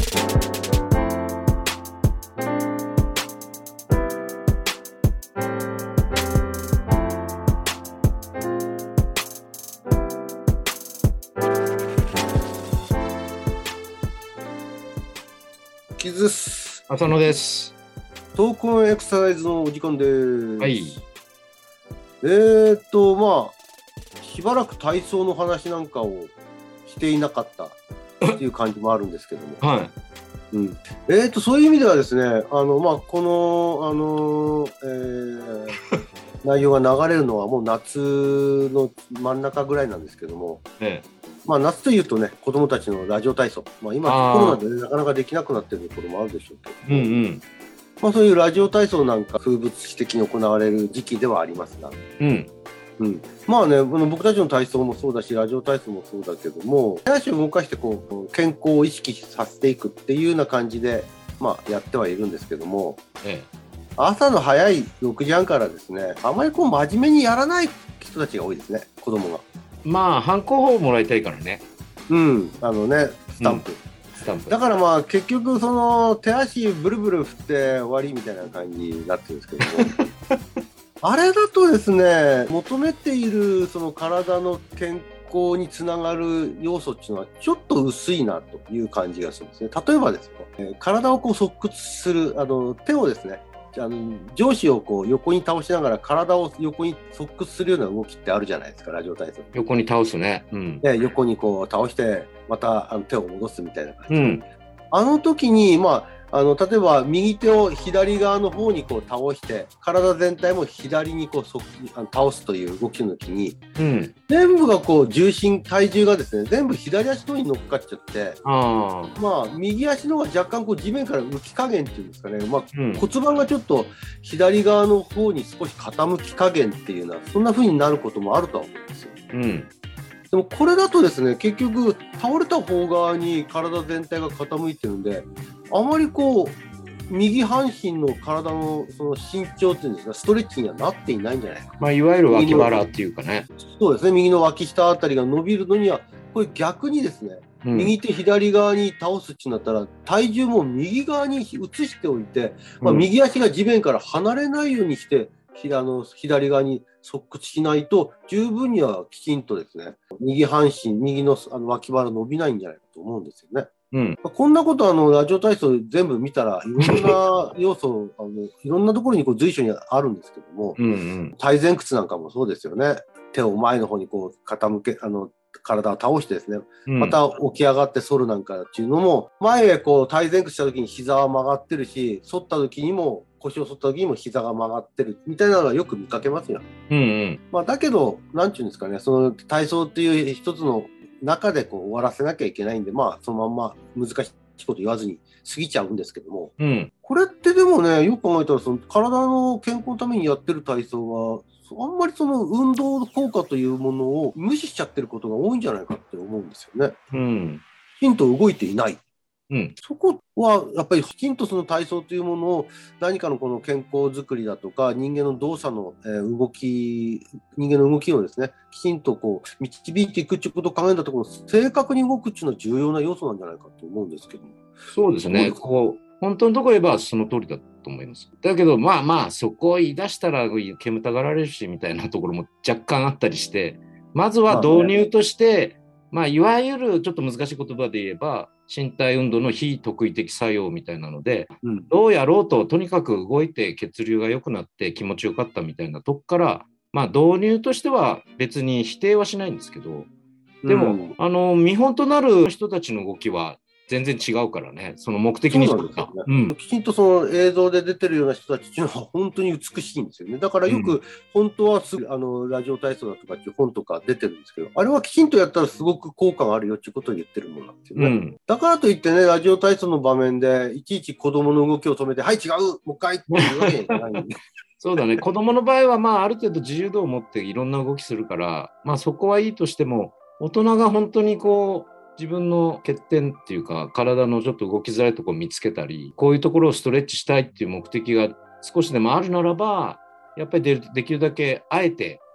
キズス浅野です。 トークンエクササイズのお時間です。 はい。 まあしばらく体操の話なんかをしていなかったっていう感じもあるんですけども、 はい。 そういう意味ではですね、この、内容が流れるのはもう夏の真ん中ぐらいなんですけども、夏というとね、子どもたちのラジオ体操、今コロナで、なかなかできなくなっているところもあるでしょうけど、そういうラジオ体操なんか風物詩的に行われる時期ではありますが、僕たちの体操もそうだし、ラジオ体操もそうだけども、手足を動かして健康を意識させていくっていうような感じで、やってはいるんですけども、朝の早い6時半からですね、あまり真面目にやらない人たちが多いですね、子供が。 反抗法をもらいたいからね。 スタンプ。だから結局その手足ブルブル振って終わりみたいな感じになってるんですけどもあれだとですね、求めているその体の健康につながる要素っていうのはちょっと薄いなという感じがするんですね。例えばですよ、体を側屈する手をですね、上肢を横に倒しながら体を横に側屈するような動きってあるじゃないですか、ラジオ体操。 横に倒すね。 横に倒してまた手を戻すみたいな感じ、あの時に例えば右手を左側の方に倒して体全体も左に倒すという動きの時に、全部が体重がですね、全部左足の方に乗っかっちゃって、右足の方が若干地面から浮き加減っていうんですかね、骨盤がちょっと左側の方に少し傾き加減っていうのはそんな風になることもあるとは思うんですよ。でもこれだとですね、結局倒れた方側に体全体が傾いてるんで、あまり右半身の体のその身長っていうんですか、ストレッチにはなっていないんじゃないか。 いわゆる脇腹っていうかね。 そうですね、右の脇下あたりが伸びるのには、これ逆にですね、右手左側に倒すってなったら体重も右側に移しておいて、右足が地面から離れないようにして左側に側屈しないと十分にはきちんとですね、右半身、右の脇腹伸びないんじゃないかと思うんですよね。こんなことラジオ体操全部見たらいろんな要素いろんなところに随所にあるんですけども、体前屈なんかもそうですよね。手を前の方に傾け体を倒してですね、また起き上がって反るなんかっていうのも、前へ体前屈した時に膝は曲がってるし、反った時にも腰を反った時にも膝が曲がってるみたいなのがよく見かけますよ。だけどなんていうんですかね、その体操っていう一つの中で終わらせなきゃいけないんで、そのまんま難しいこと言わずに過ぎちゃうんですけども、これってでもね、よく考えたらその体の健康のためにやってる体操はあんまりその運動効果というものを無視しちゃってることが多いんじゃないかって思うんですよね。きちんと動いていない。そこはやっぱりきちんとその体操というものを何かのこの健康づくりだとか人間の動作の人間の動きをですね、きちんと導いていくということを考えたところ、正確に動くっていうのは重要な要素なんじゃないかと思うんですけども。 そうですね。本当のところ言えばその通りだと思います。だけどそこを言い出したら煙たがられるしみたいなところも若干あったりして、まずは導入として、いわゆるちょっと難しい言葉で言えば身体運動の非特異的作用みたいなので、どうやろうととにかく動いて血流が良くなって気持ちよかったみたいなとこから、導入としては別に否定はしないんですけど、でも、見本となる人たちの動きは全然違うからね、その目的にしてた。 きちんとその映像で出てるような人たちっていうのは本当に美しいんですよね。だからよく本当はラジオ体操だとかっていう本とか出てるんですけど、あれはきちんとやったらすごく効果があるよっていうことを言ってるものなんですよね。だからといってね、ラジオ体操の場面でいちいち子供の動きを止めて、はい違うもう一回っていうわけにいかないんでそうだね、子供の場合はある程度自由度を持っていろんな動きするから、そこはいいとしても、大人が本当に自分の欠点っていうか体のちょっと動きづらいところを見つけたり、こういうところをストレッチしたいっていう目的が少しでもあるならば、やっぱりできるだけあえて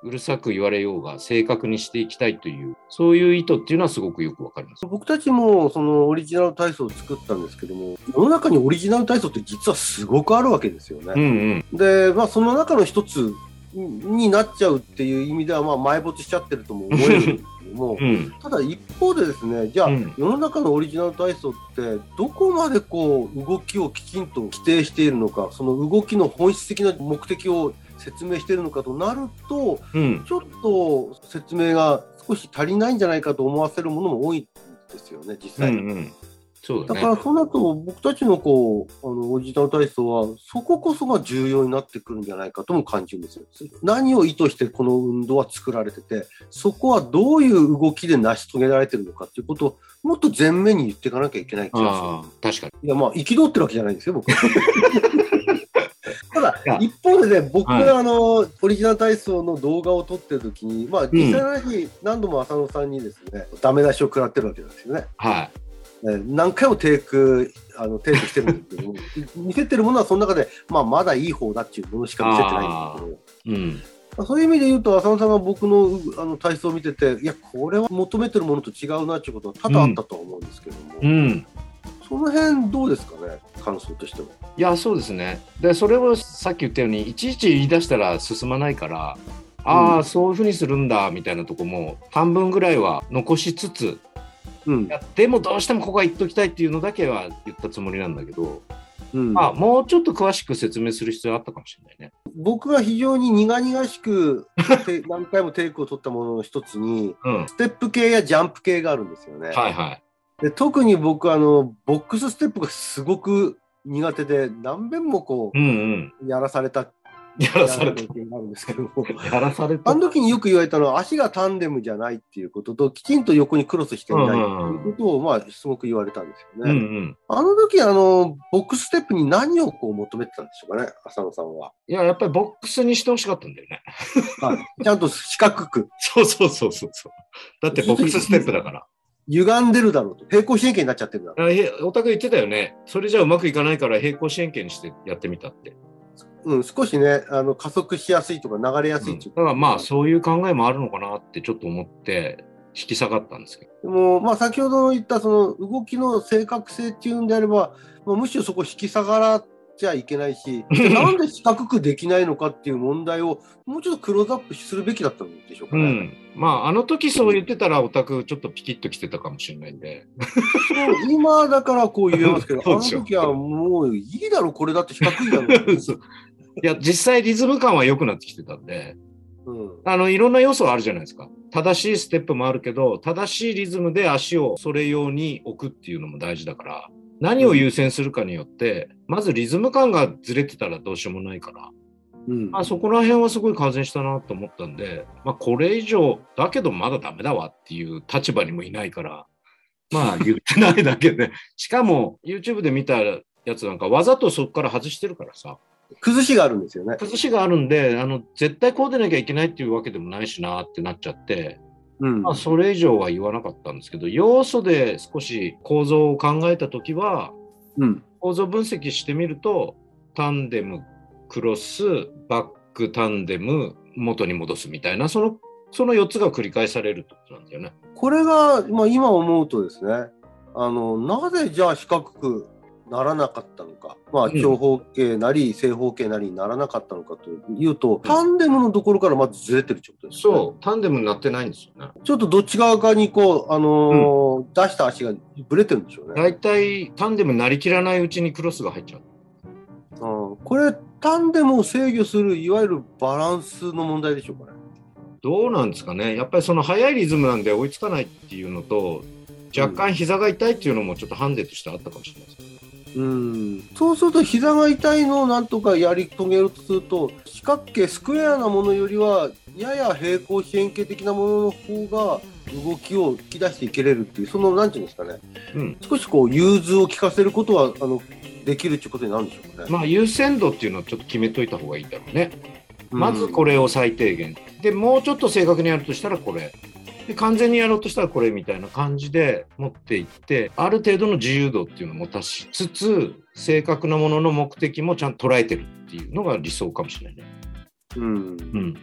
うるさく言われようが正確にしていきたいという、そういう意図っていうのはすごくよくわかります。 僕たちもそのオリジナル体操を作ったんですけども、世の中にオリジナル体操って実はすごくあるわけですよね。 うんうん、 で、その中の一つになっちゃうっていう意味では、埋没しちゃってるとも思えるんですけども、 うん、 ただ一方でですね、じゃあ、世の中のオリジナル体操ってどこまでこう動きをきちんと規定しているのか、その動きの本質的な目的を説明しているのかとなると、ちょっと説明が少し足りないんじゃないかと思わせるものも多いんですよね、実際。 そうだね。 だからその後僕たちのオリジナル体操はそここそが重要になってくるんじゃないかとも感じるんですよ。何を意図してこの運動は作られてて、そこはどういう動きで成し遂げられてるのかということをもっと前面に言っていかなきゃいけない気がする。確かに。いや憤ってるわけじゃないんですよ、僕は。ただ一方でね、僕がオリジナル体操の動画を撮ってる時に、実際の話、何度も浅野さんにですね、ダメ出しを食らってるわけなんですよね。 はい。 何回もテイクしてるんですけども見せてるものはその中で、まだいい方だっていうものしか見せてないんですけど、そういう意味で言うと浅野さんが僕の体操を見てて、いやこれは求めてるものと違うなっていうことは多々あったと思うんですけども、その辺どうですかね、感想としては。 いやそうですね。でそれをさっき言ったようにいちいち言い出したら進まないから、そういうふうにするんだみたいなとこも半分ぐらいは残しつつ、でもどうしてもここは言っときたいっていうのだけは言ったつもりなんだけど、もうちょっと詳しく説明する必要あったかもしれないね。 僕が非常に苦々しく何回もテイクを取ったものの一つに、ステップ系やジャンプ系があるんですよね。で特に僕ボックスステップがすごく苦手で何遍もやらされた経験があるんですけども、あの時によく言われたのは足がタンデムじゃないっていうことと、きちんと横にクロスしていないっていうことをすごく言われたんですよね。あの時ボックスステップに何を求めてたんでしょうかね、浅野さんは。 いや、やっぱりボックスにしてほしかったんだよね。 ちゃんと四角く。 そう。だってボックスステップだから。 歪んでるだろうと。平行四辺形になっちゃってるだろう。おたく言ってたよね。それじゃうまくいかないから平行四辺形にしてやってみたって。 少しね、加速しやすいとか流れやすいっていう、 だからそういう考えもあるのかなってちょっと思って引き下がったんですけど。 でも先ほど言ったその動きの正確性っていうんであれば、むしろそこ引き下がらちゃいけないし、なんで四角くできないのかっていう問題をもうちょっとクローズアップするべきだったんでしょうかね。 あの時そう言ってたらオタクちょっとピキッときてたかもしれないんで。 今だからこう言えますけど、あの時はもういいだろ、これだって四角いだろ。 いや実際リズム感は良くなってきてたんで、いろんな要素あるじゃないですか。正しいステップもあるけど、正しいリズムで足をそれ用に置くっていうのも大事だから、何を優先するかによって、まずリズム感がずれてたらどうしようもないから、そこら辺はすごい改善したなと思ったんで、これ以上だけどまだダメだわっていう立場にもいないから、言ってないだけでしかも YouTube で見たやつなんかわざとそこから外してるからさ、 崩しがあるんですよね。 崩しがあるんで、絶対こうでなきゃいけないっていうわけでもないしなってなっちゃって、それ以上は言わなかったんですけど、要素で少し構造を考えたときは、構造分析してみると、タンデム、クロス、バックタンデム、元に戻すみたいな、その4つが繰り返されるってことなんだよね。 これが、今思うとですね、なぜじゃあ四角くならなかったのか、長方形なり正方形なりにならなかったのかというと、タンデムのところからまずずれてるってことですね。 そう、タンデムになってないんですよね。 ちょっとどっち側かに出した足がぶれてるんでしょうね。 だいたいタンデムになりきらないうちにクロスが入っちゃう。 これタンデムを制御するいわゆるバランスの問題でしょうかね。 どうなんですかね。やっぱりその速いリズムなんで追いつかないっていうのと、若干膝が痛いっていうのもちょっとハンデとしてあったかもしれないです。 そうすると膝が痛いのをなんとかやり遂げるとすると、四角形スクエアなものよりはやや平行四辺形的なものの方が動きを引き出していけれるっていう、そのなんていうんですかね、少し融通を利かせることはできるっていうことになるんでしょうかね。 優先度っていうのをちょっと決めといた方がいいだろうね。まずこれを最低限で、もうちょっと正確にやるとしたらこれで、完全にやろうとしたらこれみたいな感じで持っていって、ある程度の自由度っていうのを持たしつつ、正確なものの目的もちゃんと捉えてるっていうのが理想かもしれないね。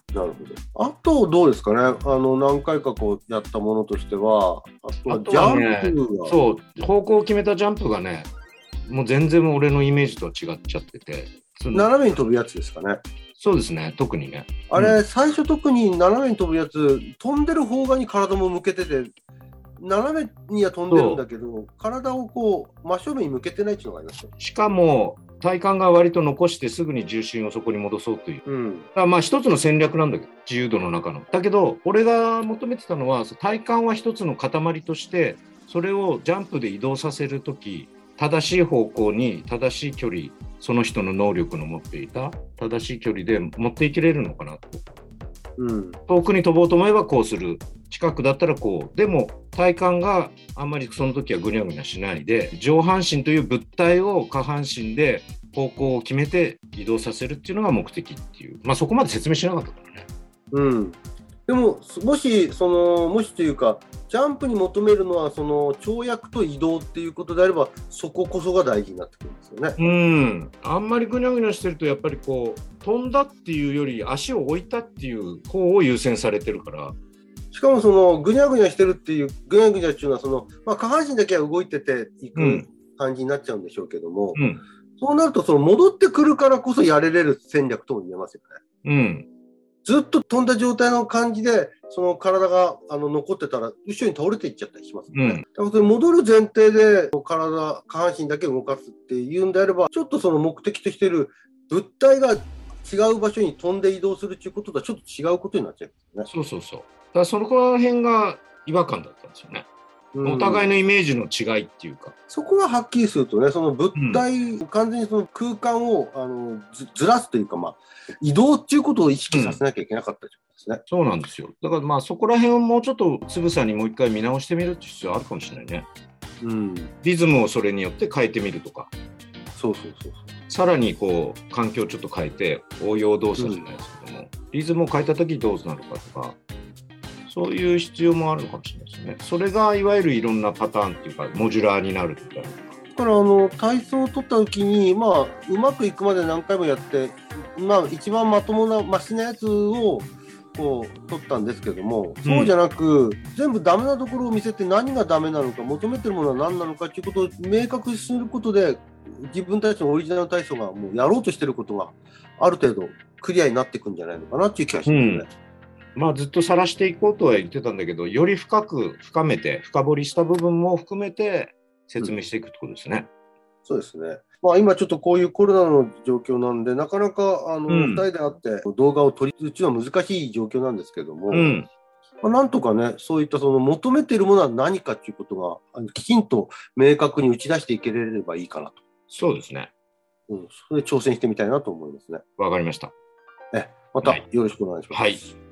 なるほど。あと、どうですかね。何回かこうやったものとしては、あとはジャンプが。 そう、方向を決めたジャンプがね、もう全然俺のイメージとは違っちゃってて。 斜めに飛ぶやつですかね。 そうですね、特にね。 あれ、最初特に斜めに飛ぶやつ、飛んでる方側に体も向けてて、斜めには飛んでるんだけど、体をこう真正面に向けてないっていうのがありますよ。 しかも、体幹が割と残してすぐに重心をそこに戻そうという。だからまあ一つの戦略なんだけど、自由度の中の。だけど、俺が求めてたのは、体幹は一つの塊として、それをジャンプで移動させるとき、正しい方向に正しい距離、その人の能力の持っていた正しい距離で持っていけれるのかなと。遠くに飛ぼうと思えばこうする。近くだったらこう。でも体幹があんまりその時はぐにゃぐにゃしないで、上半身という物体を下半身で方向を決めて移動させるっていうのが目的っていう。まあそこまで説明しなかったからね。 でも、もしというか、ジャンプに求めるのは、跳躍と移動っていうことであれば、そここそが大事になってくるんですよね。 あんまりぐにゃぐにゃしてると、やっぱりこう、飛んだっていうより、足を置いたっていう方を優先されてるから。 しかも、ぐにゃぐにゃしてるっていう、ぐにゃぐにゃっていうのは、下半身だけは動いてていく感じになっちゃうんでしょうけども、そうなると、戻ってくるからこそやれる戦略とも言えますよね。ずっと飛んだ状態の感じで、その体が残ってたら、後ろに倒れていっちゃったりしますよね。だからそれ戻る前提で、下半身だけ動かすっていうんであれば、ちょっとその目的としている物体が違う場所に飛んで移動するっていうこととはちょっと違うことになっちゃうんですね。そう。だからその辺が違和感だったんですよね。お互いのイメージの違いっていうか。 そこははっきりするとね、その物体、完全にその空間をずらすというか、移動っていうことを意識させなきゃいけなかったですね。 そうなんですよ。だからそこら辺をもうちょっとつぶさにもう一回見直してみるって必要あるかもしれないね。リズムをそれによって変えてみるとか。 そう。 さらにこう環境をちょっと変えて応用動作じゃないですけども、リズムを変えた時どうなるかとか。そういう必要もあるのかもしれないですね。それがいわゆるいろんなパターンっていうか、モジュラーになるみたいな。 だから体操を取った時に、うまくいくまで何回もやって、一番まともなマシなやつをこう取ったんですけども、そうじゃなく、全部ダメなところを見せて何がダメなのか、求めてるものは何なのかということを明確にすることで、自分たちのオリジナル体操がもうやろうとしてることがある程度クリアになっていくんじゃないのかなっていう気がしますね。 ずっと晒していこうとは言ってたんだけど、より深く深めて、深掘りした部分も含めて説明していくってことですね。 そうですね。今ちょっとこういうコロナの状況なんで、なかなか2人で会って動画を撮りうちは難しい状況なんですけども、なんとかね、そういった求めているものは何かということがきちんと明確に打ち出していければいいかなと。 そうですね。 それで挑戦してみたいなと思いますね。 わかりました。 またよろしくお願いします。 はい。